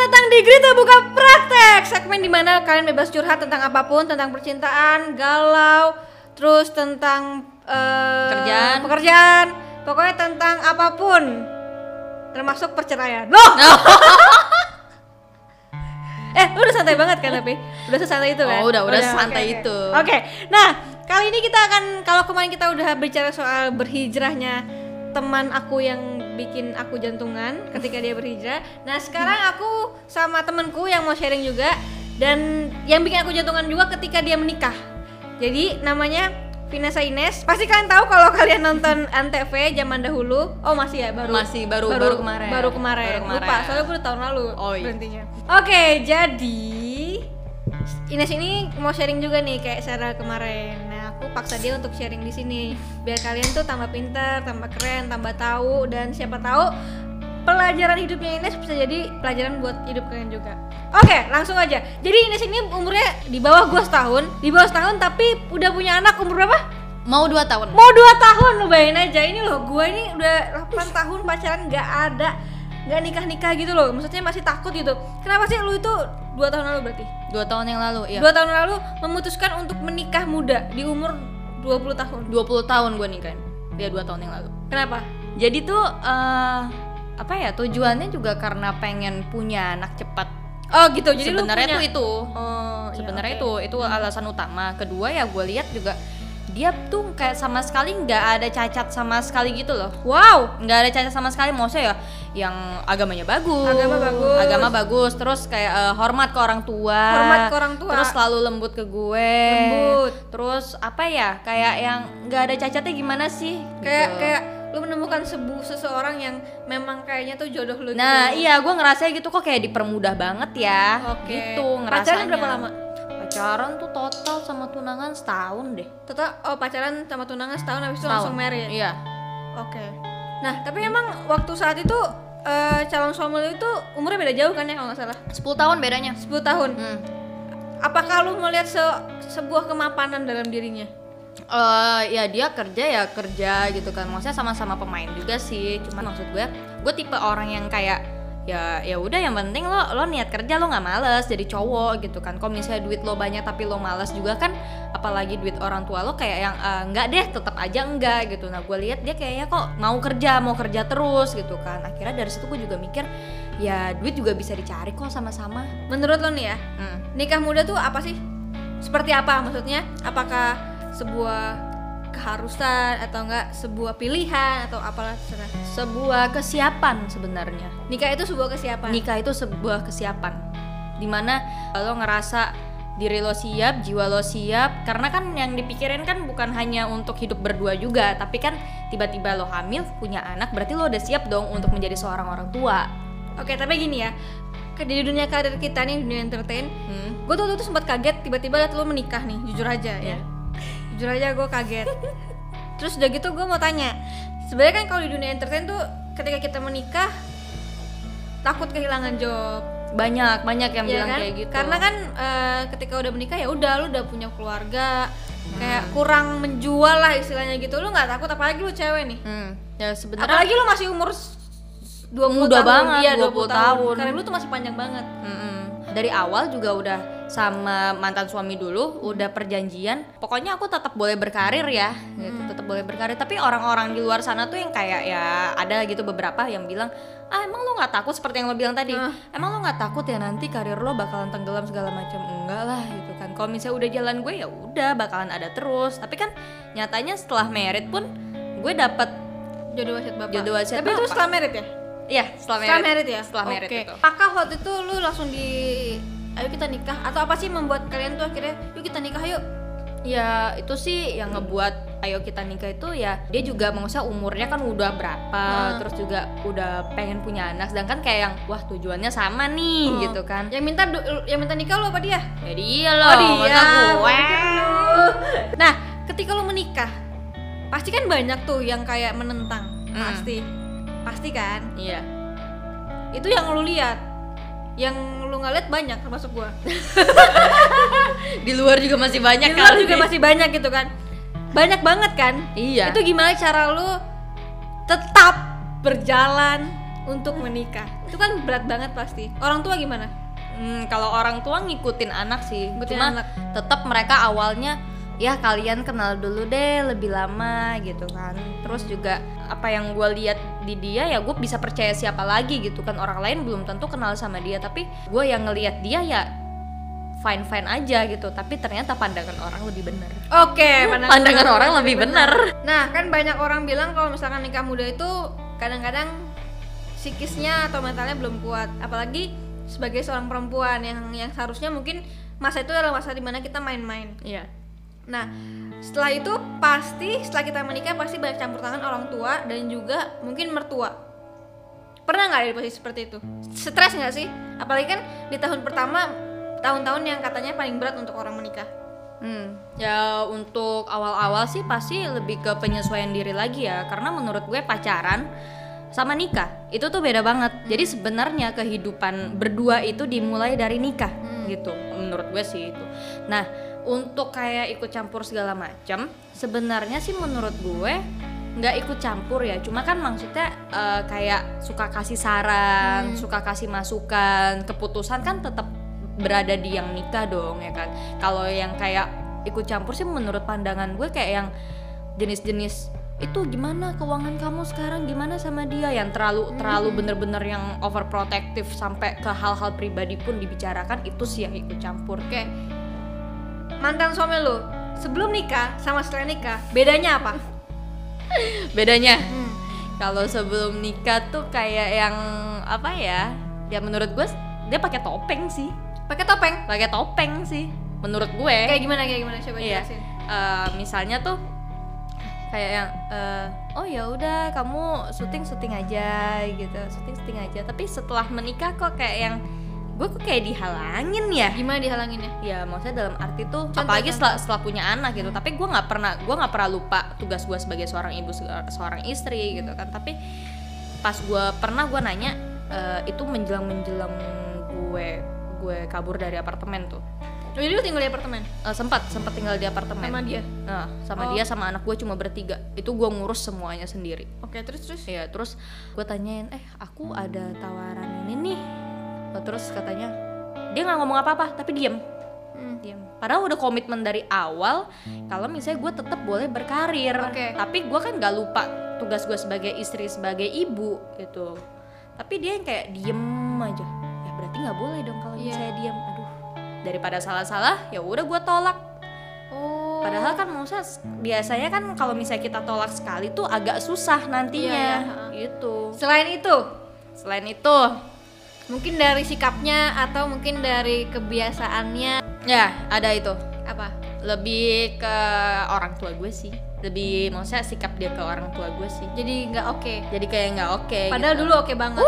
datang di Grita Buka Praktek, segmen dimana kalian bebas curhat tentang apapun, tentang percintaan, galau, terus tentang pekerjaan, pokoknya tentang apapun, termasuk perceraian. Loh! Lu udah santai banget kan tapi? Udah sesantai itu kan? Oh udah santai itu. Oke. Nah, kali ini kita akan, kalau kemarin kita udah bicara soal berhijrahnya teman aku yang bikin aku jantungan ketika dia berhijrah. Nah, sekarang aku sama temenku yang mau sharing juga, dan yang bikin aku jantungan juga ketika dia menikah. Jadi namanya Vanessa Ines. Pasti kalian tahu kalau kalian nonton Antv zaman dahulu. Oh masih ya, baru kemarin. Lupa, soalnya gue udah tahun lalu berhentinya. Oke, jadi Ines ini mau sharing juga nih kayak Sarah kemarin. Nah, aku paksa dia untuk sharing di sini biar kalian tuh tambah pintar, tambah keren, tambah tahu, dan siapa tahu pelajaran hidupnya Ines bisa jadi pelajaran buat hidup kalian juga. Oke, langsung aja. Jadi Ines ini umurnya di bawah gue setahun, tapi udah punya anak umur berapa? Mau 2 tahun. Mau 2 tahun, lu bayangin aja. Ini loh, gue ini udah 8 tahun pacaran nggak nikah gitu loh. Maksudnya masih takut gitu. Kenapa sih lu itu 2 tahun lalu berarti? 2 tahun yang lalu, iya. 2 tahun lalu memutuskan untuk menikah muda di umur 20 tahun. 20 tahun gue nikahin. Dia 2 tahun yang lalu. Kenapa? Jadi tuh tujuannya juga karena pengen punya anak cepat. Oh gitu. Jadi sebenarnya punya... itu. Sebenarnya itu alasan utama. Kedua ya gue lihat juga dia tuh kayak sama sekali nggak ada cacat sama sekali gitu loh. Wow, nggak ada cacat sama sekali. Maksudnya ya yang agamanya bagus, agama bagus, terus kayak hormat ke orang tua, terus selalu lembut ke gue, terus apa ya, kayak yang nggak ada cacatnya gimana sih? Kayak lu menemukan seseorang yang memang kayaknya tuh jodoh lu. Nah gitu. Iya, gue ngerasa gitu kok, kayak dipermudah banget ya. Gitu ngerasanya. Pacaran berapa lama? Pacaran tuh total sama tunangan setahun deh. Pacaran sama tunangan setahun, habis itu langsung married. Iya. Oke. Nah tapi emang waktu saat itu calon suami lu itu umurnya beda jauh kan ya kalau nggak salah? 10 tahun bedanya. 10 tahun. Apakah lu melihat sebuah kemapanan dalam dirinya? Ya dia kerja gitu kan. Maksudnya sama-sama pemain juga sih. Cuman maksud gue tipe orang yang kayak ya udah, yang penting lo niat kerja, lo nggak males jadi cowok gitu kan. Kalau misalnya duit lo banyak tapi lo males juga kan, apalagi duit orang tua lo, kayak yang enggak deh, tetap aja enggak gitu. Nah gue lihat dia kayaknya kok mau kerja terus gitu kan. Akhirnya dari situ gue juga mikir ya duit juga bisa dicari kok sama-sama. Menurut lo nih ya, nikah muda tuh apa sih? Seperti apa maksudnya? Apakah sebuah keharusan atau enggak sebuah pilihan atau apalah terserah? Sebuah kesiapan sebenarnya. Nikah itu sebuah kesiapan. Dimana lo ngerasa diri lo siap, jiwa lo siap, karena kan yang dipikirin kan bukan hanya untuk hidup berdua juga, tapi kan tiba-tiba lo hamil, punya anak, berarti lo udah siap dong untuk menjadi seorang orang tua. Oke, tapi gini ya, di dunia karir kita nih, di dunia entertain, gue tuh sempat kaget tiba-tiba liat lo menikah nih, jujur aja ya. Jujur aja gue kaget. Terus udah gitu gue mau tanya, sebenarnya kan kalau di dunia entertain tuh ketika kita menikah takut kehilangan job. Banyak yang bilang kan? Kayak gitu. Karena kan ketika udah menikah ya udah, lu udah punya keluarga, kayak kurang menjual lah istilahnya gitu. Lu nggak takut, apalagi lu cewek nih. Ya sebenarnya. Apalagi lu masih umur 20 muda tahun. Banget, iya 20 tahun. Karena lu tuh masih panjang banget. Dari awal juga udah sama mantan suami dulu udah perjanjian, pokoknya aku tetap boleh berkarir ya, gitu, tetap boleh berkarir. Tapi orang-orang di luar sana tuh yang kayak ya ada gitu beberapa yang bilang, emang lo nggak takut, seperti yang lo bilang tadi, emang lo nggak takut ya nanti karir lo bakalan tenggelam segala macam? Enggak lah gitu kan. Kalau misalnya udah jalan gue ya udah bakalan ada terus. Tapi kan nyatanya setelah married pun gue dapet jodoh wasiat bapak. Tapi itu setelah married ya? Iya, setelah married ya. Setelah married itu. Apakah waktu itu lu langsung ayo kita nikah, atau apa sih membuat kalian tuh akhirnya yuk kita nikah yuk? Ya itu sih yang ngebuat ayo kita nikah itu ya, dia juga maksudnya umurnya kan udah berapa, terus juga udah pengen punya anak, sedangkan kayak yang wah tujuannya sama nih gitu kan. Yang minta nikah lo apa dia? Ya dia loh. Masa gue. Nah ketika lo menikah pasti kan banyak tuh yang kayak menentang. Pasti kan? Iya. Itu yang lu lihat, yang lu nggak lihat banyak termasuk gua. Di luar juga masih banyak. Di luar juga masih banyak gitu kan. Banyak banget kan? Iya. Itu gimana cara lu tetap berjalan untuk menikah? Itu kan berat banget pasti. Orang tua gimana? Kalau orang tua ngikutin anak sih, Ngikutin cuma anak. tetap mereka awalnya ya kalian kenal dulu deh lebih lama gitu kan. Terus juga apa yang gue lihat di dia ya gue bisa percaya siapa lagi gitu kan. Orang lain belum tentu kenal sama dia, tapi gue yang ngelihat dia ya fine aja gitu. Tapi ternyata pandangan orang lebih benar. Oke, Pandangan orang lebih benar. Nah, kan banyak orang bilang kalau misalkan nikah muda itu kadang-kadang psikisnya atau mentalnya belum kuat, apalagi sebagai seorang perempuan yang seharusnya mungkin masa itu adalah masa dimana kita main-main. Iya. Nah, setelah itu pasti setelah kita menikah pasti banyak campur tangan orang tua dan juga mungkin mertua. Pernah nggak ada di posisi seperti itu? Stres nggak sih? Apalagi kan di tahun pertama, tahun-tahun yang katanya paling berat untuk orang menikah. Ya untuk awal-awal sih pasti lebih ke penyesuaian diri lagi ya, karena menurut gue pacaran sama nikah itu tuh beda banget. Jadi sebenarnya kehidupan berdua itu dimulai dari nikah gitu, menurut gue sih itu. Nah, untuk kayak ikut campur segala macam, sebenarnya sih menurut gue nggak ikut campur ya, cuma kan maksudnya kayak suka kasih saran, suka kasih masukan, keputusan kan tetap berada di yang nikah dong ya kan. Kalau yang kayak ikut campur sih menurut pandangan gue kayak yang jenis-jenis itu gimana keuangan kamu sekarang, gimana sama dia, yang terlalu bener-bener yang overprotective sampai ke hal-hal pribadi pun dibicarakan, itu sih yang ikut campur. Oke. Mantan suami lu sebelum nikah sama setelah nikah bedanya apa? Bedanya kalau sebelum nikah tuh kayak yang apa ya? Ya menurut gue dia pakai topeng sih. Pakai topeng? Pakai topeng sih menurut gue. Kayak gimana coba Iya. jelasin. Misalnya tuh kayak yang oh ya udah kamu syuting aja gitu, syuting aja. Tapi setelah menikah kok kayak yang gue kok kayak dihalangin ya. Gimana dihalanginnya? Ya maksudnya dalam arti tuh Contoh. apalagi setelah punya anak gitu. Tapi gue nggak pernah lupa tugas gue sebagai seorang ibu, seorang istri gitu kan. Tapi pas gue nanya itu menjelang gue kabur dari apartemen tuh. Jadi lu tinggal di apartemen? Sempat tinggal di apartemen Sama dia? sama dia sama anak gue cuma bertiga. Itu gue ngurus semuanya sendiri. Oke, terus? Iya, terus gue tanyain, aku ada tawaran ini nih. Terus katanya dia nggak ngomong apa-apa tapi diam. Padahal udah komitmen dari awal kalau misalnya gue tetap boleh berkarir. Tapi gue kan nggak lupa tugas gue sebagai istri, sebagai ibu gitu. Tapi dia yang kayak diem aja. Ya berarti nggak boleh dong kalau misalnya diem. Aduh, daripada salah-salah ya udah gue tolak. Padahal kan maksudnya biasanya kan kalau misalnya kita tolak sekali tuh agak susah nantinya. Gitu. Selain itu mungkin dari sikapnya atau mungkin dari kebiasaannya. Ya ada itu. Apa? Lebih ke orang tua gue sih. Lebih maksudnya sikap dia ke orang tua gue sih. Jadi nggak oke. Jadi kayak nggak oke. Padahal gitu. dulu oke banget.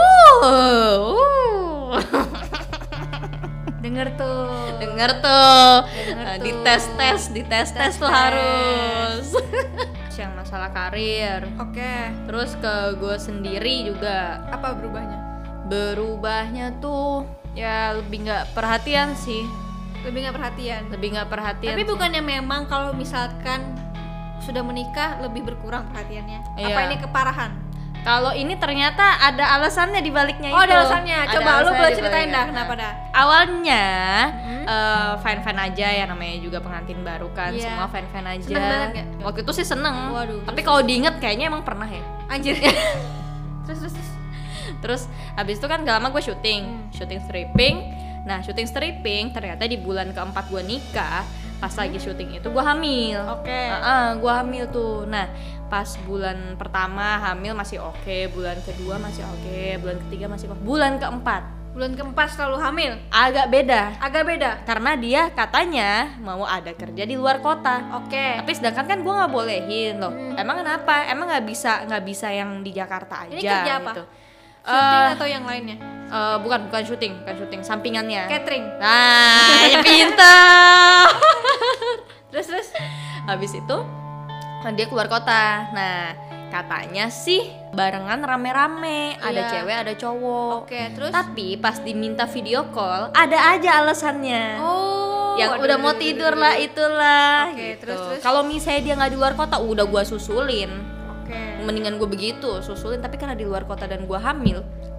Denger tuh. Dites tuh harus. Yang masalah karir. Oke. Terus ke gue sendiri juga. Apa berubahnya? Berubahnya tuh ya lebih nggak perhatian sih. Lebih nggak perhatian. Tapi sih. bukannya memang kalau misalkan sudah menikah lebih berkurang perhatiannya? Iya. Apa ini keparahan? Kalau ini ternyata ada alasannya di baliknya itu. Oh, ada alasannya. Coba lu boleh ceritain dah kenapa dah. Awalnya fine aja ya, namanya juga pengantin baru kan. Iya. Semua fine aja. Seneng banget gak? Waktu itu sih seneng. Waduh. Tapi kalau diinget kayaknya emang pernah ya. Anjir. terus. Terus habis itu kan gak lama gue syuting stripping. Nah, syuting stripping ternyata di bulan keempat gue nikah. Pas lagi syuting itu gue hamil. Oke. Gue hamil tuh. Nah, pas bulan pertama hamil masih oke, bulan kedua masih oke, bulan ketiga masih oke, bulan keempat selalu hamil. agak beda Karena dia katanya mau ada kerja di luar kota. Oke. Tapi sedangkan kan gue nggak bolehin loh. Emang kenapa? Emang nggak bisa yang di Jakarta aja. Ini kerja apa? Gitu. Syuting atau yang lainnya? Bukan syuting, sampingannya. Catering. Nah, ya pintar. Terus Habis itu dia keluar kota. Nah, katanya sih barengan rame-rame, ada Iya. cewek, ada cowok. Oke, terus? Tapi pas diminta video call, ada aja alasannya. Oh, Yang udah mau tidur lah itulah. Oke, gitu. terus? Kalau misalnya dia nggak di luar kota, udah gua susulin. Oke. Mendingan gue begitu susulin. Tapi karena di luar kota dan gua hamil,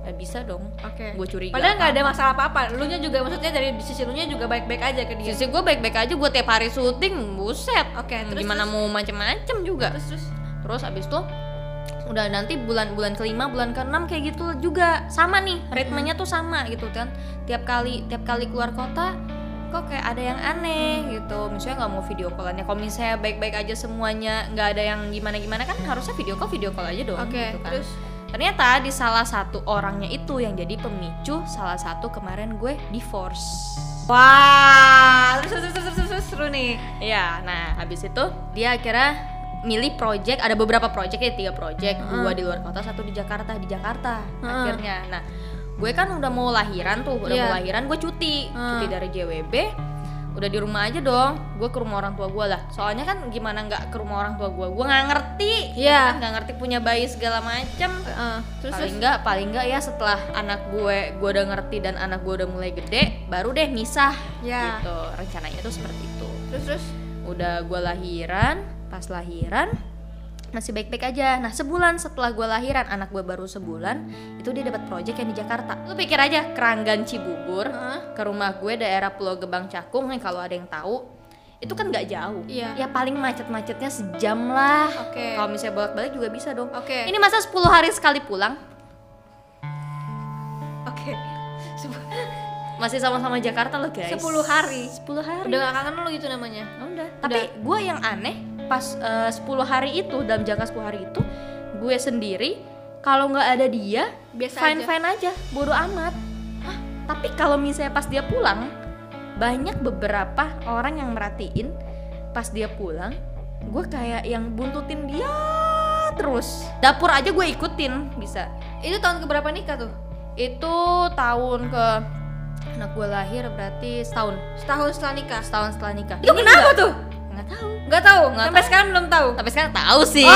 Ya bisa dong. Oke. Gue curiga. Padahal nggak ada masalah apa-apa. Lu nya juga maksudnya dari sisi lu nya juga baik-baik aja ke dia. Sisi gue baik-baik aja, gue tiap hari syuting, buset. Oke, terus Gimana mau macem-macem juga. Terus abis itu udah nanti bulan kelima, bulan keenam kayak gitu juga sama nih, ritmenya tuh sama gitu kan. Tiap kali keluar kota kok kayak ada yang aneh gitu. Misalnya nggak mau video callannya, kalau misalnya baik-baik aja semuanya, nggak ada yang gimana-gimana kan harusnya video call aja dong. Oke, gitu kan. terus Ternyata di salah satu orangnya itu yang jadi pemicu salah satu kemarin gue divorce. wah, terus seru nih. Iya, nah habis itu dia akhirnya milih project, ada beberapa project ya, 3 project, 2 di luar kota, 1 di Jakarta akhirnya. Nah, gue kan udah mau lahiran tuh, mau lahiran gue cuti dari JWB, udah di rumah aja dong, gue ke rumah orang tua gue lah. Soalnya kan gimana nggak ke rumah orang tua gue nggak ngerti, kan nggak ngerti punya bayi segala macem. Paling nggak ya setelah anak gue udah ngerti dan anak gue udah mulai gede, baru deh misah. Gitu rencananya tuh seperti itu. Terus udah gue lahiran, pas lahiran masih baik-baik aja. Nah sebulan setelah gue lahiran, anak gue baru sebulan, itu dia dapat project yang di Jakarta. Lu pikir aja, Keranggan Cibubur ke rumah gue daerah Pulau Gebang Cakung nih, kalau ada yang tahu itu kan nggak jauh. Ya paling macet-macetnya sejam lah. Kalau misalnya bolak-balik juga bisa dong. Ini masa 10 hari sekali pulang. Masih sama-sama Jakarta loh guys. 10 hari. Udah gak kangen lu gitu namanya. Udah. Tapi gue yang aneh pas 10 hari itu, dalam jangka 10 hari itu gue sendiri kalau nggak ada dia biasa fine aja, bodo amat. Tapi kalau misalnya pas dia pulang, banyak beberapa orang yang merhatiin pas dia pulang gue kayak yang buntutin dia terus. Dapur aja gue ikutin bisa. Itu tahun keberapa nikah tuh? Itu tahun ke anak gue lahir berarti setahun setelah nikah. Itu kenapa tuh? Nggak tahu. Sampai sekarang belum tahu. Tapi sekarang tahu sih.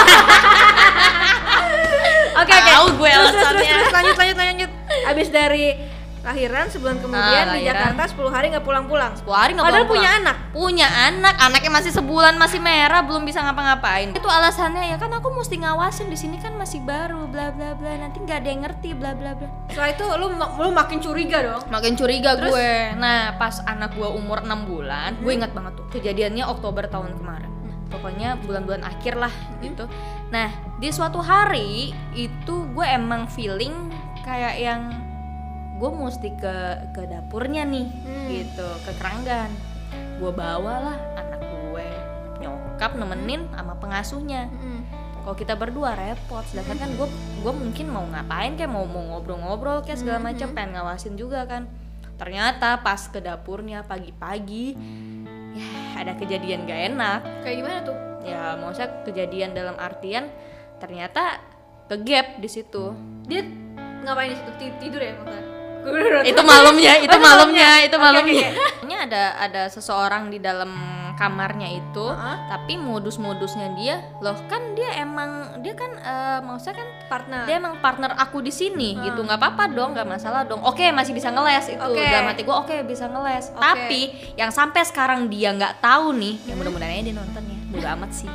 Oke. Tahu gue alasannya. Terus lanjut. Abis dari lahiran sebulan kemudian di Jakarta 10 hari nggak pulang-pulang. 10 hari nggak Padahal pulang. Punya anak, anaknya masih sebulan, masih merah, belum bisa ngapa-ngapain. Itu alasannya ya kan aku mesti ngawasin, di sini kan masih baru, bla bla bla. Nanti nggak ada yang ngerti, bla bla bla. Setelah itu lu makin curiga dong. Terus? Gue. Nah pas anak gue umur 6 bulan, gue ingat banget tuh kejadiannya Oktober tahun kemarin. Pokoknya bulan-bulan akhir lah gitu. Nah di suatu hari itu gue emang feeling kayak yang gue mesti ke dapurnya nih gitu, ke Keranggan. Gue bawalah anak gue, nyokap nemenin sama pengasuhnya. Kalau kita berdua repot, sedangkan kan gue mungkin mau ngapain kayak mau ngobrol-ngobrol kayak segala macam, pengen ngawasin juga kan. Ternyata pas ke dapurnya pagi-pagi ya ada kejadian gak enak. Kayak gimana tuh? Ya maksudnya kejadian dalam artian ternyata kegap di situ. Dia ngapain di situ? Tidur ya maksudnya? Itu malamnya. Okay. Ini ada seseorang di dalam kamarnya itu, tapi modus-modusnya dia, loh kan dia kan maksudnya kan partner. Dia emang partner aku di sini gitu, nggak apa-apa dong, nggak masalah dong. Oke, masih bisa ngeles itu. Dalam hati gue bisa ngeles. Tapi yang sampai sekarang dia nggak tahu nih, ya mudah-mudahan dia nonton ya, bodo amat sih.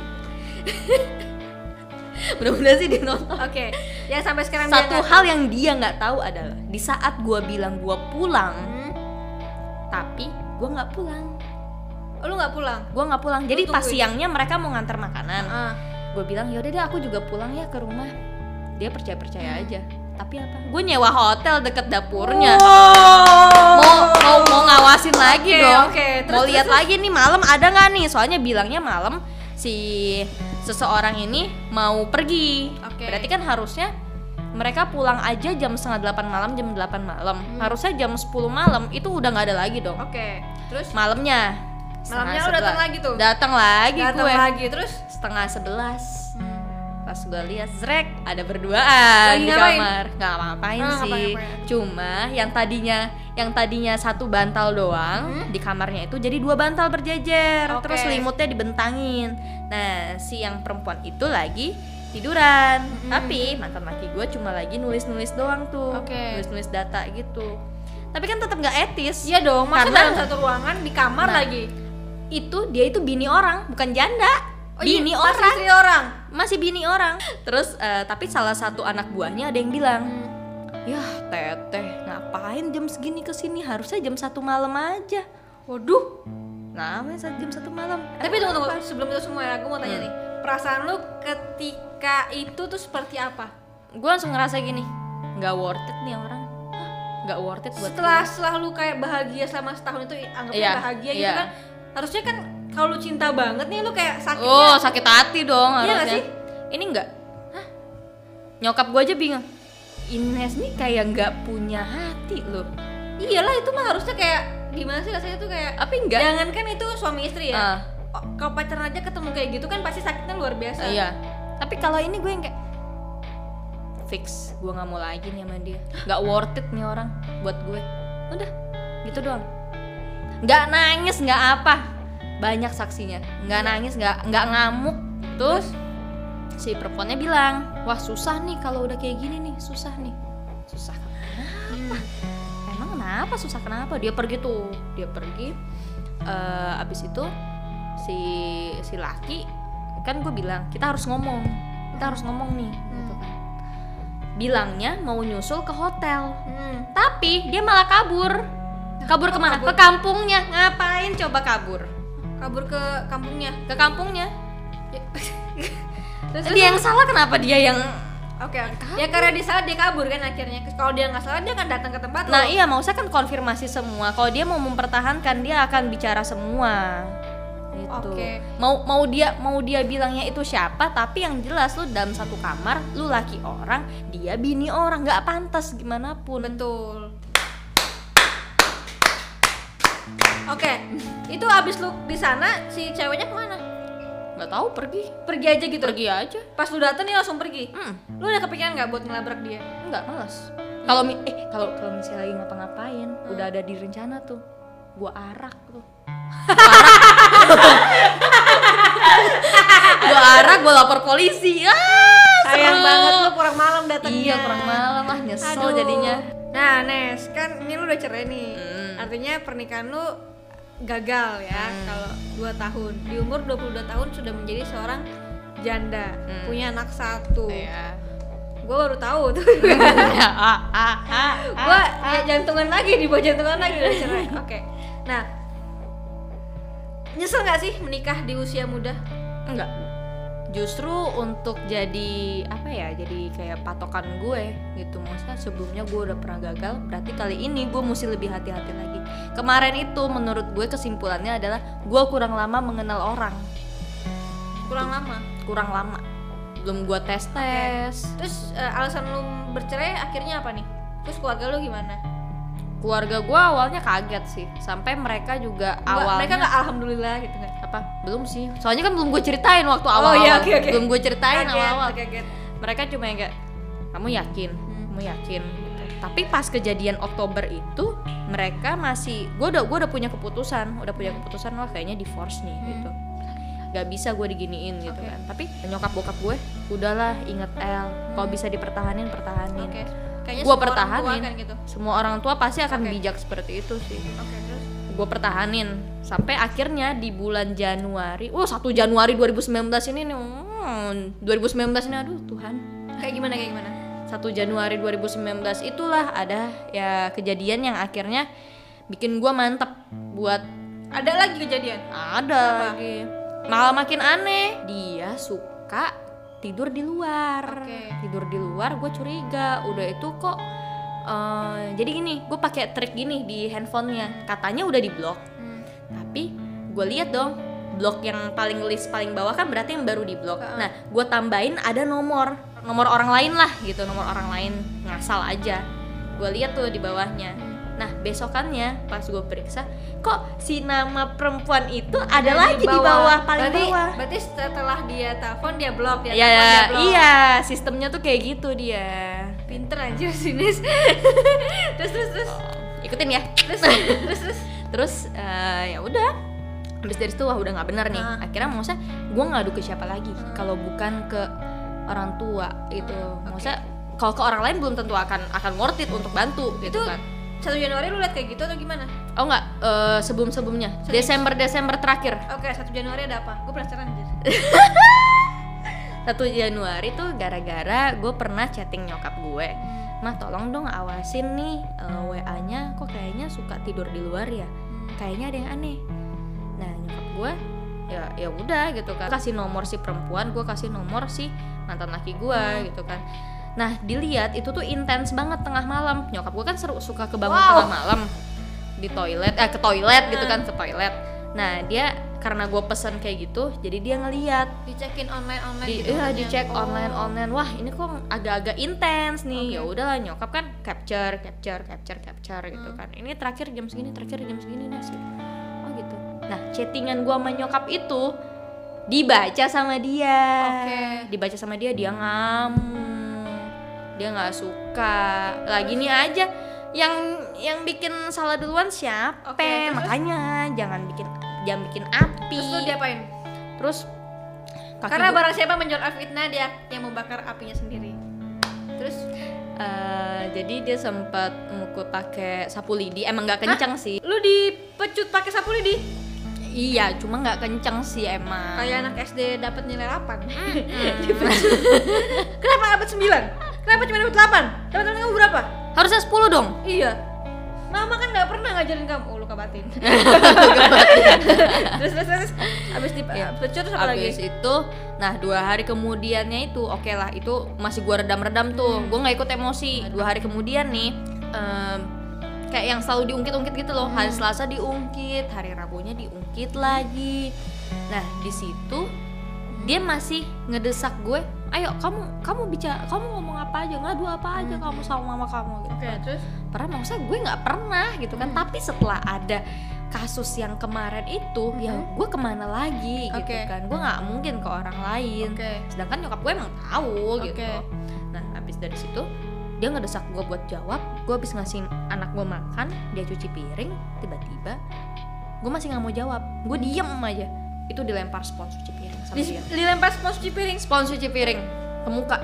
Mudah-mudahan sih dia nonton. Ya sampai sekarang satu hal yang dia nggak tahu adalah di saat gue bilang gue pulang, tapi gue nggak pulang. Lu nggak pulang? Gue nggak pulang. Jadi pas siangnya mereka mau ngantar makanan. Gue bilang yaudah deh aku juga pulang ya ke rumah. Dia percaya aja. Tapi apa? Gue nyewa hotel deket dapurnya. Mau ngawasin lagi dong. Mau lihat lagi nih malam ada nggak nih? Soalnya bilangnya malam si seseorang ini mau pergi. Berarti kan harusnya mereka pulang aja jam 7:30 malam, jam 8 malam. Harusnya jam 10 malam itu udah nggak ada lagi dong. Terus malamnya lu datang lagi tuh? Datang lagi terus 10:30. Pas gue lihat zrek ada berduaan di kamar. Nggak ngapain sih. Cuma yang tadinya satu bantal doang di kamarnya itu jadi 2 bantal berjejer. Terus selimutnya dibentangin. Nah si yang perempuan itu lagi tiduran. Tapi mantan laki gue cuma lagi nulis-nulis doang tuh. Nulis-nulis data gitu. Tapi kan tetap nggak etis. Iya dong, masa dalam satu ruangan di kamar lagi. Dia itu bini orang, bukan janda. Bini orang. Masih istri orang. Masih bini orang. Terus tapi salah satu anak buahnya ada yang bilang, Yah teteh, ngapain jam segini kesini? Harusnya jam 1 malam aja. Waduh. Nah, jam 1 malam. Tapi tunggu, sebelum itu semua ya, aku mau tanya nih, perasaan lu ketika itu tuh seperti apa? Gue langsung ngerasa gini, nggak worth it nih orang. Nggak worth it buat setelah lu kayak bahagia selama setahun itu, anggapnya bahagia gitu kan, harusnya kan kalau lu cinta banget nih lu kayak sakitnya. Oh, sakit hati dong iya harusnya. gak sih? Ini enggak. Nyokap gue aja bingung. Ines nih kayak nggak punya hati loh. Iyalah, itu mah harusnya kayak gimana sih rasanya tuh kayak. Tapi enggak. Jangan kan itu suami istri ya. Kalau pacaran aja ketemu kayak gitu kan pasti sakitnya luar biasa. Iya. Tapi kalau ini gue yang kayak fix, gue nggak mau lagi nih sama dia. Nggak worth it nih orang buat gue. Udah, gitu doang. Nggak nangis, nggak apa. Banyak saksinya. Nggak nangis, nggak ngamuk. Terus si perempuannya bilang, wah susah nih kalau udah kayak gini nih, susah nih. Susah kenapa? Emang kenapa susah kenapa? Dia pergi tuh, abis itu si laki kan gue bilang kita harus ngomong nih, gitu kan. Bilangnya mau nyusul ke hotel, tapi dia malah kabur kemana? Ke kampungnya. Ngapain coba kabur ke kampungnya? Terus dia yang salah, kenapa dia yang Oke. Ya karena dia salah dia kabur kan akhirnya. Kalau dia nggak salah dia akan datang ke tempat lo. Nah iya, mau saya kan konfirmasi semua. Kalau dia mau mempertahankan, dia akan bicara semua. Gitu. Oke. Mau dia bilangnya itu siapa, tapi yang jelas lu dalam satu kamar, lu laki orang, dia bini orang, nggak pantas gimana pun. Betul. Oke, itu abis lu di sana si ceweknya kemana? Nggak tahu, pergi aja gitu. Pergi aja. Pas lu dateng nih langsung pergi. Lu udah kepikiran nggak buat ngelabrak dia? Enggak, malas. Kalau misalnya lagi ngapa-ngapain, udah ada di rencana tuh, gua arak tuh. Gua lapor polisi. Sayang banget lu kurang malam datangnya. Iya, kurang malam lah, nyesel. Aduh. Jadinya. Nah, Nes, kan ini lu udah cerai nih. Artinya pernikahan lu gagal ya. Kalau 2 tahun, di umur 22 tahun sudah menjadi seorang janda, punya anak 1. Iya. Gue baru tahu tuh. Gue jantungan lagi udah cerai. Oke. Nah, nyesel nggak sih menikah di usia muda? Enggak. Justru untuk jadi jadi kayak patokan gue gitu. Maksudnya sebelumnya gue udah pernah gagal, berarti kali ini gue mesti lebih hati-hati lagi. Kemarin itu menurut gue kesimpulannya adalah gue kurang lama mengenal orang. Kurang lama. Belum gue tes. Terus alasan lu bercerai akhirnya apa nih? Terus keluarga lu gimana? Keluarga gue awalnya kaget sih, sampai mereka juga awalnya. Mereka nggak alhamdulillah gitu kan? Apa? Belum sih, soalnya kan belum gue ceritain waktu awal. Okay. Belum gue ceritain awal. Kaget. Mereka cuma yang kayak, kamu yakin? Gitu. Tapi pas kejadian Oktober itu, mereka masih, gue udah punya keputusan, wah kayaknya divorce nih gitu. Gak bisa gue diginiin gitu kan. Tapi nyokap bokap gue, udahlah inget El, kalau bisa dipertahanin. Kayaknya Gue pertahanin. Kan gitu. Semua orang tua pasti akan bijak seperti itu sih. Terus gue pertahanin sampai akhirnya di bulan Januari. 1 Januari 2019 ini nih. 2019 ini aduh Tuhan. Kayak gimana? 1 Januari 2019 itulah ada ya kejadian yang akhirnya bikin gue mantep buat. Ada lagi kejadian? Ada lagi. Malah makin aneh. Dia suka tidur di luar. Tidur di luar, gue curiga. Udah itu kok jadi gini, gue pakai trik gini di handphonenya. Katanya udah diblok. Tapi gue lihat dong, blok yang paling list paling bawah kan berarti yang baru diblok. Nah, gue tambahin ada nomor orang lain lah gitu, nomor orang lain ngasal aja. Gue lihat tuh di bawahnya. Nah, besokannya pas gue periksa, kok si nama perempuan itu ada lagi di bawah paling bawah. Berarti setelah dia telepon dia blok ya? Iya, sistemnya tuh kayak gitu dia. Pinter anjir sini. terus. Ikutin ya. Terus ya udah. Habis dari situ wah udah nggak benar nih. Akhirnya maksudnya gue ngadu ke siapa lagi kalau bukan ke orang tua itu. Maksudnya kalau ke orang lain belum tentu akan worth it untuk bantu gitu kan. 1 Januari lu liat kayak gitu atau gimana? Oh enggak, sebelumnya Desember terakhir. Oke, 1 Januari ada apa? Gue penasaran aja. 1 Januari tuh gara-gara gue pernah chatting nyokap gue. mah tolong dong awasin nih WA-nya kok kayaknya suka tidur di luar ya, kayaknya ada yang aneh. Nah nyokap gue ya udah gitu kan, kasih nomor si perempuan, gue kasih nomor si mantan laki gue gitu kan. Nah dilihat itu tuh intens banget tengah malam, nyokap gue kan suka kebangun tengah malam di toilet, ke toilet gitu kan, ke toilet. Nah dia karena gue pesen kayak gitu, jadi dia ngeliat, dicekin online dicek online. Wah ini kok agak-agak intens nih. Ya udahlah nyokap kan capture gitu kan. Ini terakhir jam segini nih sih. Oh gitu. Nah chattingan gue sama nyokap itu dibaca sama dia. Dibaca sama dia, dia ngamuk, dia nggak suka. Lagi nih aja yang bikin salah duluan siapa? Makanya jangan bikin api. Terus lu diapain? Terus karena barang siapa menjual fitnah, dia yang membakar apinya sendiri. Terus jadi dia sempat mukul pakai sapu lidi. Emang nggak kencang sih. Lu dipecut pakai sapu lidi? Iya, cuma nggak kencang sih emang. Kayak anak SD dapat nilai 8. Dipecut. Kenapa dapat 9? Kenapa cuma dapat 8? Dapat kamu berapa? Harusnya 10 dong. Iya. Mama kan nggak pernah ngajarin kamu. Lu kabatin. terus abis dipecut terus apa lagi? Abis itu, nah 2 hari kemudiannya itu oke lah, itu masih gua redam tuh. Gua nggak ikut emosi. 2 hari kemudian nih, kayak yang selalu diungkit-ungkit gitu loh. Hari Selasa diungkit, hari Rabunya diungkit lagi. Nah di situ dia masih ngedesak gue, ayo kamu bicara, kamu ngomong apa aja, ngadu apa aja kamu sama mama kamu gitu. Terus padahal maksudnya gue nggak pernah gitu kan. Tapi setelah ada kasus yang kemarin itu, ya gue kemana lagi gitu kan, gue nggak mungkin ke orang lain. Sedangkan nyokap gue emang tahu gitu. Nah abis dari situ dia ngedesak gue buat jawab. Gue habis ngasih anak gue makan, dia cuci piring, tiba-tiba gue masih nggak mau jawab, gue diem aja. Itu dilempar spons cuci piring sama dia. Dilempar spons cuci piring? Spons cuci piring ke muka.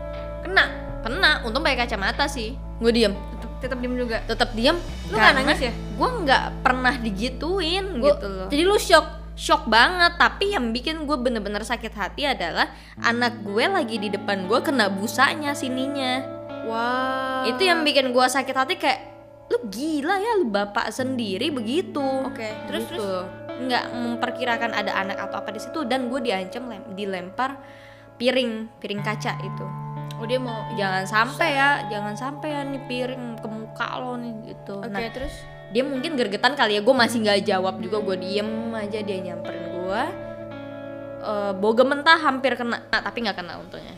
Kena, untung pakai kacamata sih. Gue diem. Tetap diem juga? Tetap diem. Lu gak nangis ya? Gue gak pernah digituin gitu loh. Jadi lu shock banget. Tapi yang bikin gue bener-bener sakit hati adalah anak gue lagi di depan gue kena busanya sininya. Wow. Itu yang bikin gue sakit hati, kayak lu gila ya, lu bapak sendiri begitu. Terus nggak memperkirakan ada anak atau apa di situ, dan gue diancam dilempar piring kaca itu. Oh dia mau jangan sampai ya nih piring ke muka lo nih gitu. Terus dia mungkin gergetan kali ya, gue masih nggak jawab juga, gue diem aja. Dia nyamperin gue, boga mentah hampir kena, tapi nggak kena untungnya.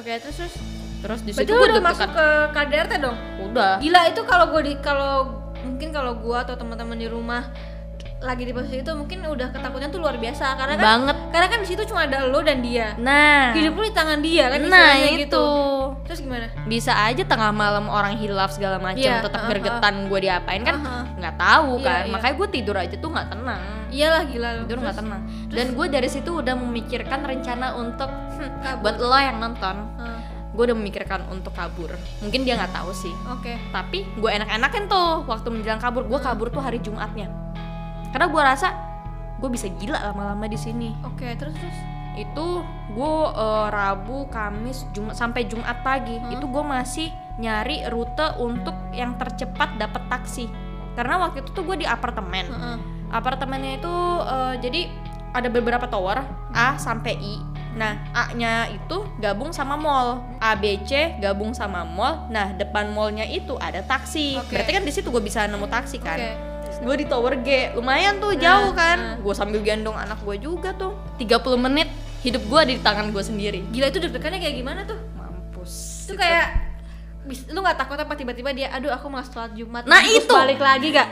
Terus di situ gue udah masuk ke KDRT dong. Udah. Gila itu kalau mungkin kalau gue atau teman-teman di rumah lagi di posisi itu mungkin udah ketakutan tuh luar biasa, karena kan banget. Karena kan di situ cuma ada lo dan dia. Nah, hidup lu di tangan dia kan, itu gitu. Terus gimana? Bisa aja tengah malam orang hilaf segala macam, tetap gergetan gue diapain kan nggak tahu kan. Makanya gue tidur aja tuh nggak tenang. Iyalah gila lu. Tidur nggak tenang. Dan gue dari situ udah memikirkan rencana untuk buat lo yang nonton. Gue udah memikirkan untuk kabur. Mungkin dia nggak tahu sih. Tapi gue enak-enakin tuh waktu menjelang kabur. Gue kabur tuh hari Jumatnya. Karena gue rasa gue bisa gila lama-lama di sini. Terus itu gue Rabu, Kamis, Jumat sampai Jumat pagi itu gue masih nyari rute untuk yang tercepat dapat taksi. Karena waktu itu tuh gue di apartemen. Apartemennya itu jadi ada beberapa tower A sampai I. Nah A-nya itu gabung sama mall, A, B, C gabung sama mall. Nah depan mallnya itu ada taksi. Berarti kan di situ gue bisa nemu taksi kan. Gue di tower G, lumayan tuh jauh kan. Gue sambil gendong anak gue juga tuh. 30 menit hidup gue ada di tangan gue sendiri. Gila itu deg-degannya kayak gimana tuh? Mampus. Itu kayak lu nggak takut apa tiba-tiba dia, aduh aku mau sholat Jumat, nah terus itu balik lagi gak?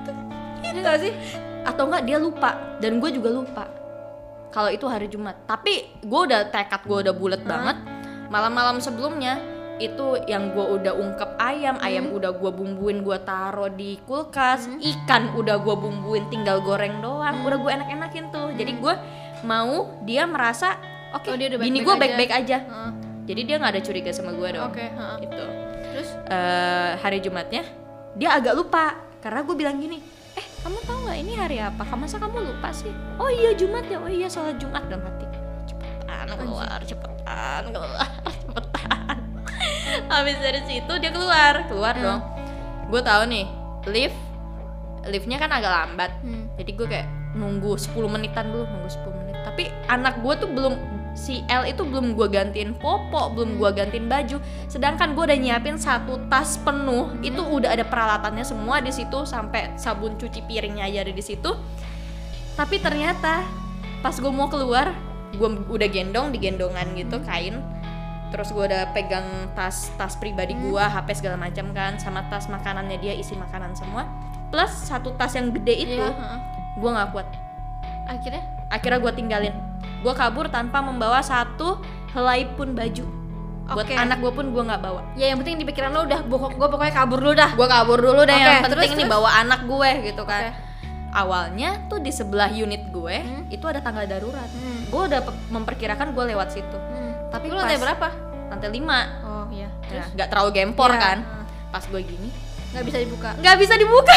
Itu gak sih? Atau enggak dia lupa dan gue juga lupa kalau itu hari Jumat. Tapi gue udah tekad, gue udah bulat banget. Malam-malam sebelumnya itu yang gue udah ungkep ayam udah gue bumbuin, gue taro di kulkas. Ikan udah gue bumbuin, tinggal goreng doang. Udah gue enak-enakin tuh. Jadi gue mau dia merasa oke, bini gue baik-baik aja. Jadi dia nggak ada curiga sama gue dong. Itu. Terus hari Jumatnya dia agak lupa karena gue bilang gini, kamu tahu nggak ini hari apa? Masa kamu lupa sih? Oh iya Jumat ya. Oh iya sholat Jumat. Dalam hati cepetan keluar. Habis dari situ dia keluar dong. Gue tahu nih liftnya kan agak lambat. Jadi gue kayak nunggu 10 menitan dulu, tapi anak gue tuh si L itu belum gue gantiin popok, belum gue gantiin baju, sedangkan gue udah nyiapin 1 tas penuh. Itu udah ada peralatannya semua di situ, sampai sabun cuci piringnya aja ada di situ. Tapi ternyata pas gue mau keluar, gue udah digendongan gitu kain. Terus gue udah pegang tas pribadi gue, HP segala macam kan, sama tas makanannya dia, isi makanan semua, plus 1 tas yang gede itu. Gue nggak kuat. Akhirnya gue tinggalin. Gue kabur tanpa membawa 1 helai pun baju. Buat anak gue pun gue nggak bawa. Ya yang penting di pikiran lo udah gue pokoknya kabur dulu dah. Gue kabur dulu dah, yang penting terus? nih bawa anak gue gitu kan. Awalnya tuh di sebelah unit gue itu ada tangga darurat. Gue udah memperkirakan gue lewat situ. Tapi lu lantai berapa? Lantai 5. Oh iya. Terus nggak terlalu gempor kan. Pas gue gini nggak bisa dibuka.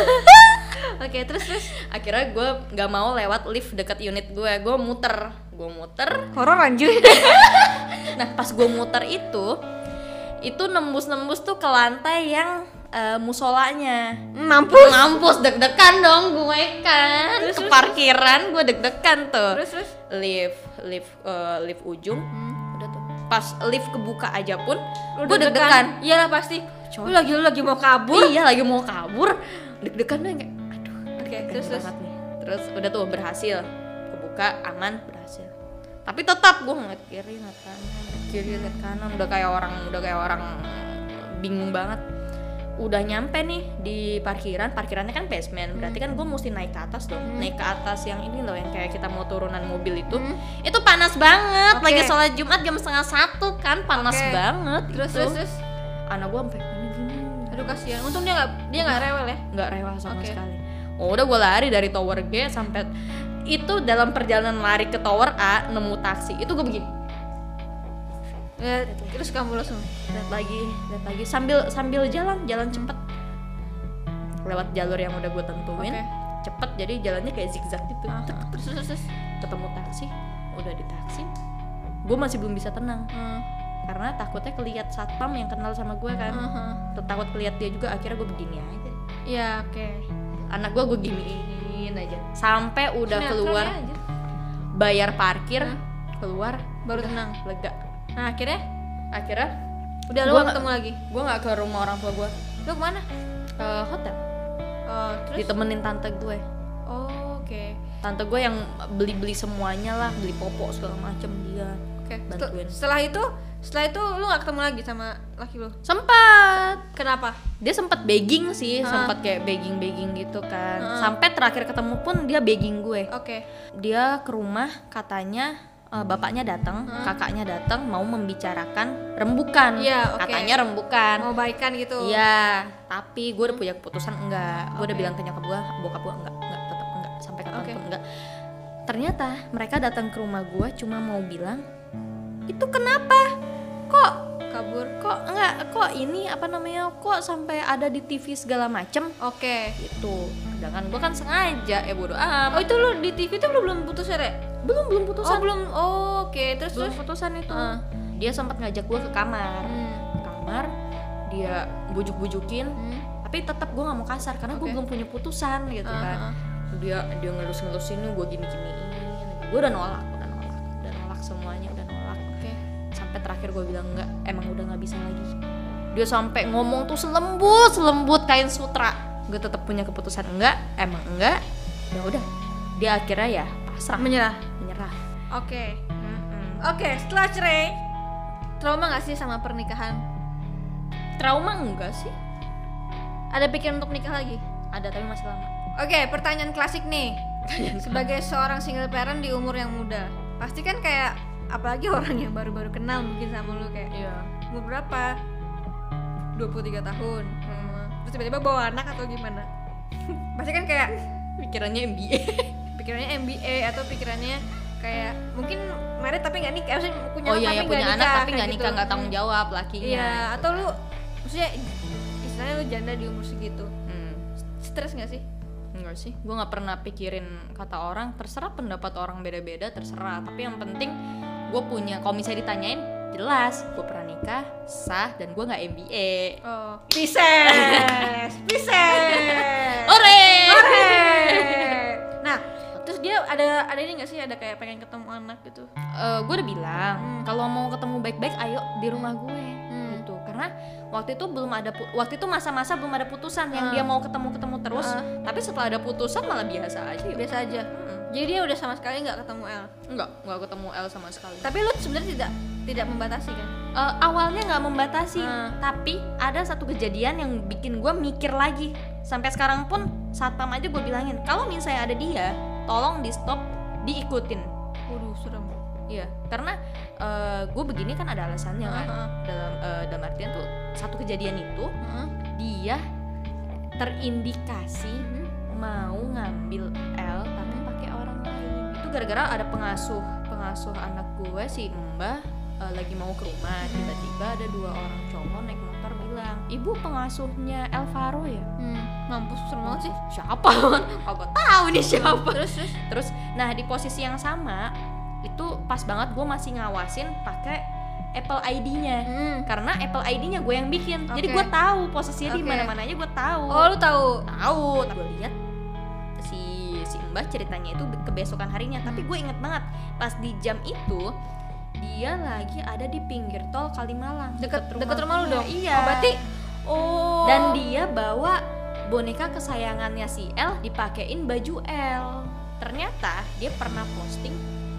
Oke, terus akhirnya gue nggak mau lewat lift deket unit gue muter. Horor anjir. Nah pas gue muter itu nembus tuh ke lantai yang musolanya. Mampus deg-degan dong gue kan. Ke parkiran gue deg-degan tuh. Terus lift ujung. Udah tuh. Pas lift kebuka aja pun gue deg-degan. Iyalah pasti. Lu lagi mau kabur. Iya, lagi mau kabur. Deg-degan tuh kayak aduh. Oke, terus nih. Terus udah tuh berhasil. Kebuka aman, berhasil. Tapi tetap gue ngeliat kiri, ngeliat kanan, udah kayak orang bingung banget. Udah nyampe nih di parkirannya kan basement, berarti kan gue mesti naik ke atas dong. Naik ke atas yang ini loh, yang kayak kita mau turunan mobil itu. Itu panas banget, lagi sholat Jumat jam 12:30 kan, panas banget. Terus anak gue sampai gini. Aduh kasihan. Untung dia nggak rewel ya. Nggak rewel sama sekali. Udah gue lari dari tower G sampai itu. Dalam perjalanan lari ke tower A nemu taksi itu gue begini. Ya, terus kamu langsung lihat lagi sambil jalan cepet lewat jalur yang udah gue tentuin. Cepet, jadi jalannya kayak zigzag gitu. Terus ketemu taksi, udah di taksi gue masih belum bisa tenang. Karena takutnya kelihat satpam yang kenal sama gue kan. Takut kelihat dia juga, akhirnya gue begini aja. Iya, Anak gue giniin aja sampai udah keluar bayar parkir, keluar baru tenang, lega. Nah akhirnya udah lu ketemu lagi. Gue nggak ke rumah orang tua gue. Lu kemana? Ke hotel. Terus ditemenin tante gue. Tante gue yang beli semuanya lah, beli popok segala macem dia. Bantuin. Setelah itu lu nggak ketemu lagi sama laki lu? Sempat. Kenapa? Dia sempat begging sih, sempat kayak begging gitu kan. Sampai terakhir ketemu pun dia begging gue. Dia ke rumah, katanya bapaknya datang, kakaknya datang mau membicarakan rembukan. Katanya rembukan. Mau baikan gitu. Iya, tapi gue udah punya keputusan enggak. Gue udah bilang ke nyokap gue, bokap gue enggak, tetap enggak, sampai kapan pun enggak. Ternyata mereka datang ke rumah gue cuma mau bilang, "Itu kenapa? Kok kabur? Kok ini apa namanya? Kok sampai ada di TV segala macem?" Gitu. Sedangkan gue kan sengaja, bodo amat. Oh, itu lu di TV tuh belum putus ya, Rek? Belum putusan. Terus belum putusan itu. Dia sempat ngajak gue ke kamar. Dia bujuk-bujukin, tapi tetap gue nggak mau kasar karena gue belum punya putusan gitu kan. Dia ngelus-ngelusin gue gini-giniin. Gue udah nolak semuanya, udah nolak. Sampai terakhir gue bilang enggak, emang udah nggak bisa lagi. Dia sampai ngomong tuh selembut kain sutra. Gue tetap punya keputusan enggak, emang enggak. Ya udah, dia akhirnya ya pasrah, menyerah. Setelah cerai, trauma nggak sih sama pernikahan? Trauma enggak sih? Ada pikiran untuk nikah lagi? Ada, tapi masih lama. Pertanyaan klasik nih. Sebagai seorang single parent di umur yang muda, pasti kan kayak, apalagi orang yang baru-baru kenal mungkin sama lu kayak umur berapa? 23 tahun. Terus tiba-tiba bawa anak atau gimana? Pasti kan kayak pikirannya MBA atau pikirannya kayak mungkin married tapi nggak nikah, punya anak tapi nggak nikah, nggak tanggung jawab lakinya. Iya, atau lu maksudnya istilahnya lu janda di umur segitu. Stres nggak sih? Enggak sih, gue nggak pernah pikirin kata orang. Terserah pendapat orang beda-beda, terserah. Tapi yang penting gue punya, kalau misalnya ditanyain jelas gue pernah nikah, sah, dan gue nggak MBA. Oh, Pisces. Ore. Nah, terus dia ada ini nggak sih, ada kayak pengen ketemu anak gitu? Gue udah bilang kalau mau ketemu baik-baik ayo di rumah gue gitu, karena waktu itu masa-masa belum ada putusan yang dia mau ketemu terus, tapi setelah ada putusan malah biasa aja. Biasa aja. Jadi dia udah sama sekali nggak ketemu L? Nggak ketemu L sama sekali. Tapi lu sebenarnya tidak membatasi kan? Awalnya nggak membatasi, tapi ada satu kejadian yang bikin gue mikir lagi. Sampai sekarang pun satpam aja gue bilangin, kalau misalnya ada dia, tolong di stop, diikutin. Waduh, serem. Iya, karena gue begini kan ada alasannya kan. Dalam artian tuh satu kejadian itu dia terindikasi mau ngambil L tapi pakai orang lain. Itu gara-gara ada pengasuh anak gue si Mbah lagi mau ke rumah, tiba-tiba ada 2 orang cowok naik motor bilang, ibu pengasuhnya Elvaro ya? Mampus, serem banget sih. Siapa? Kagak tahu nih siapa. Terus nah di posisi yang sama itu pas banget gue masih ngawasin pakai Apple ID-nya, karena Apple ID-nya gue yang bikin, jadi gue tahu posisinya di mana-mananya, gue tahu. Oh, lu tahu? Tahu. Gue lihat si Mbah ceritanya itu kebesokan harinya, tapi gue inget banget pas di jam itu dia lagi ada di pinggir tol Kalimalang, deket rumah lu dong. Iya. Oh, berarti dan dia bawa boneka kesayangannya si L, dipakein baju L. Ternyata dia pernah posting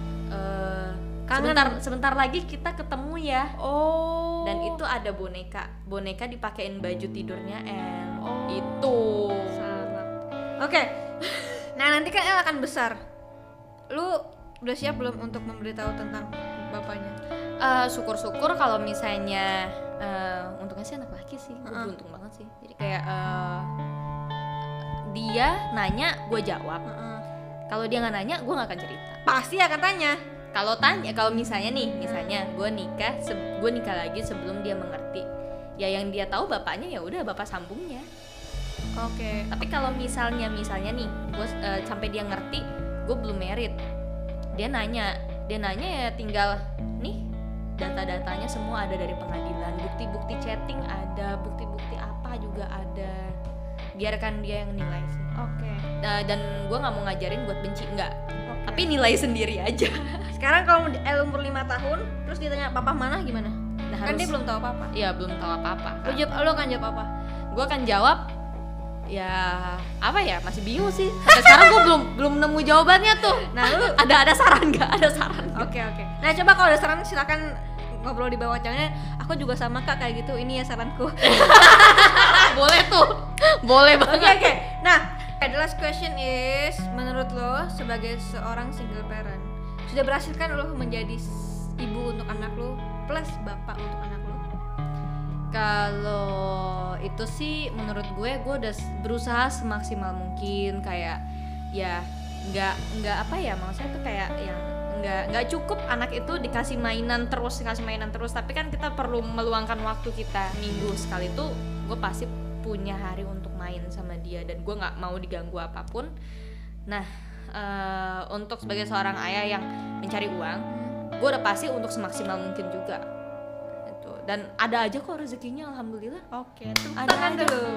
sebentar lagi kita ketemu ya. Oh. Dan itu ada boneka dipakein baju tidurnya L. Itu. Sangat. Oke. Nah, nanti kan L akan besar. Lu udah siap belum untuk memberitahu tentang bapaknya? Syukur-syukur kalau misalnya untungnya sih anak laki sih. Gue beruntung banget sih. Jadi kayak dia nanya, gue jawab. Kalau dia nggak nanya, gue nggak akan cerita. Pasti akan tanya. Kalau misalnya gue nikah lagi sebelum dia mengerti, ya yang dia tahu bapaknya ya udah bapak sambungnya. Oke. Tapi kalau misalnya nih gue sampai dia ngerti gue belum married, dia nanya ya tinggal nih data-datanya semua ada dari pengadilan, bukti-bukti chatting ada, bukti-bukti apa juga ada, biarkan dia yang nilai sih. Oke. Dan gue nggak mau ngajarin buat benci, enggak. Tapi nilai sendiri aja. Sekarang kalau L umur 5 tahun terus ditanya papa mana gimana? Nah, kan dia belum tahu apa-apa. Iya, belum tahu apa-apa. Lu akan jawab apa? Gue akan jawab ya apa ya, masih bingung sih. Sampai sekarang gue belum nemu jawabannya tuh. Nah, lu ada saran nggak? Ada saran? Oke. Nah, coba kalau ada saran silakan ngobrol di bawah channelnya. Aku juga sama Kak kayak gitu. Ini ya saranku. Boleh tuh. Boleh banget. Oke. Nah, the last question is, menurut lo sebagai seorang single parent, sudah berhasil kan lo menjadi ibu untuk anak lo plus bapak untuk anak lo? Kalau itu sih menurut gue udah berusaha semaksimal mungkin, kayak ya nggak apa ya, maksudnya tuh kayak yang nggak cukup anak itu dikasih mainan terus, tapi kan kita perlu meluangkan waktu kita. Minggu sekali tuh gue pasti punya hari untuk main sama dia dan gue nggak mau diganggu apapun. Nah, untuk sebagai seorang ayah yang mencari uang, gue udah pasti untuk semaksimal mungkin juga itu. Dan ada aja kok rezekinya, alhamdulillah. Oke, tangan dulu.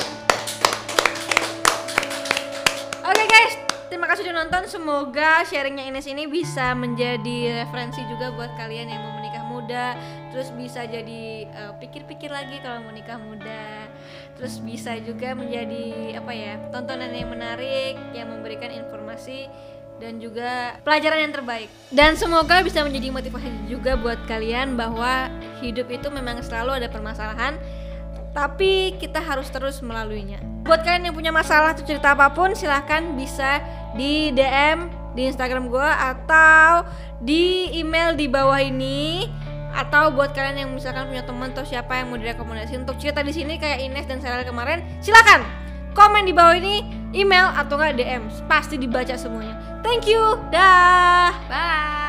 Oke guys, terima kasih udah nonton. Semoga sharingnya Ines ini bisa menjadi referensi juga buat kalian yang mau menikah muda, terus bisa jadi pikir-pikir lagi kalau mau nikah muda, terus bisa juga menjadi tontonan yang menarik, yang memberikan informasi dan juga pelajaran yang terbaik. Dan semoga bisa menjadi motivasi juga buat kalian bahwa hidup itu memang selalu ada permasalahan, tapi kita harus terus melaluinya. Buat kalian yang punya masalah atau cerita apapun, silahkan bisa di DM di Instagram gue atau di email di bawah ini. Atau buat kalian yang misalkan punya teman atau siapa yang mau direkomendasi untuk cerita di sini kayak Ines dan Sarah kemarin, silakan komen di bawah ini, email atau nggak DM, pasti dibaca semuanya. Thank you, dah, bye.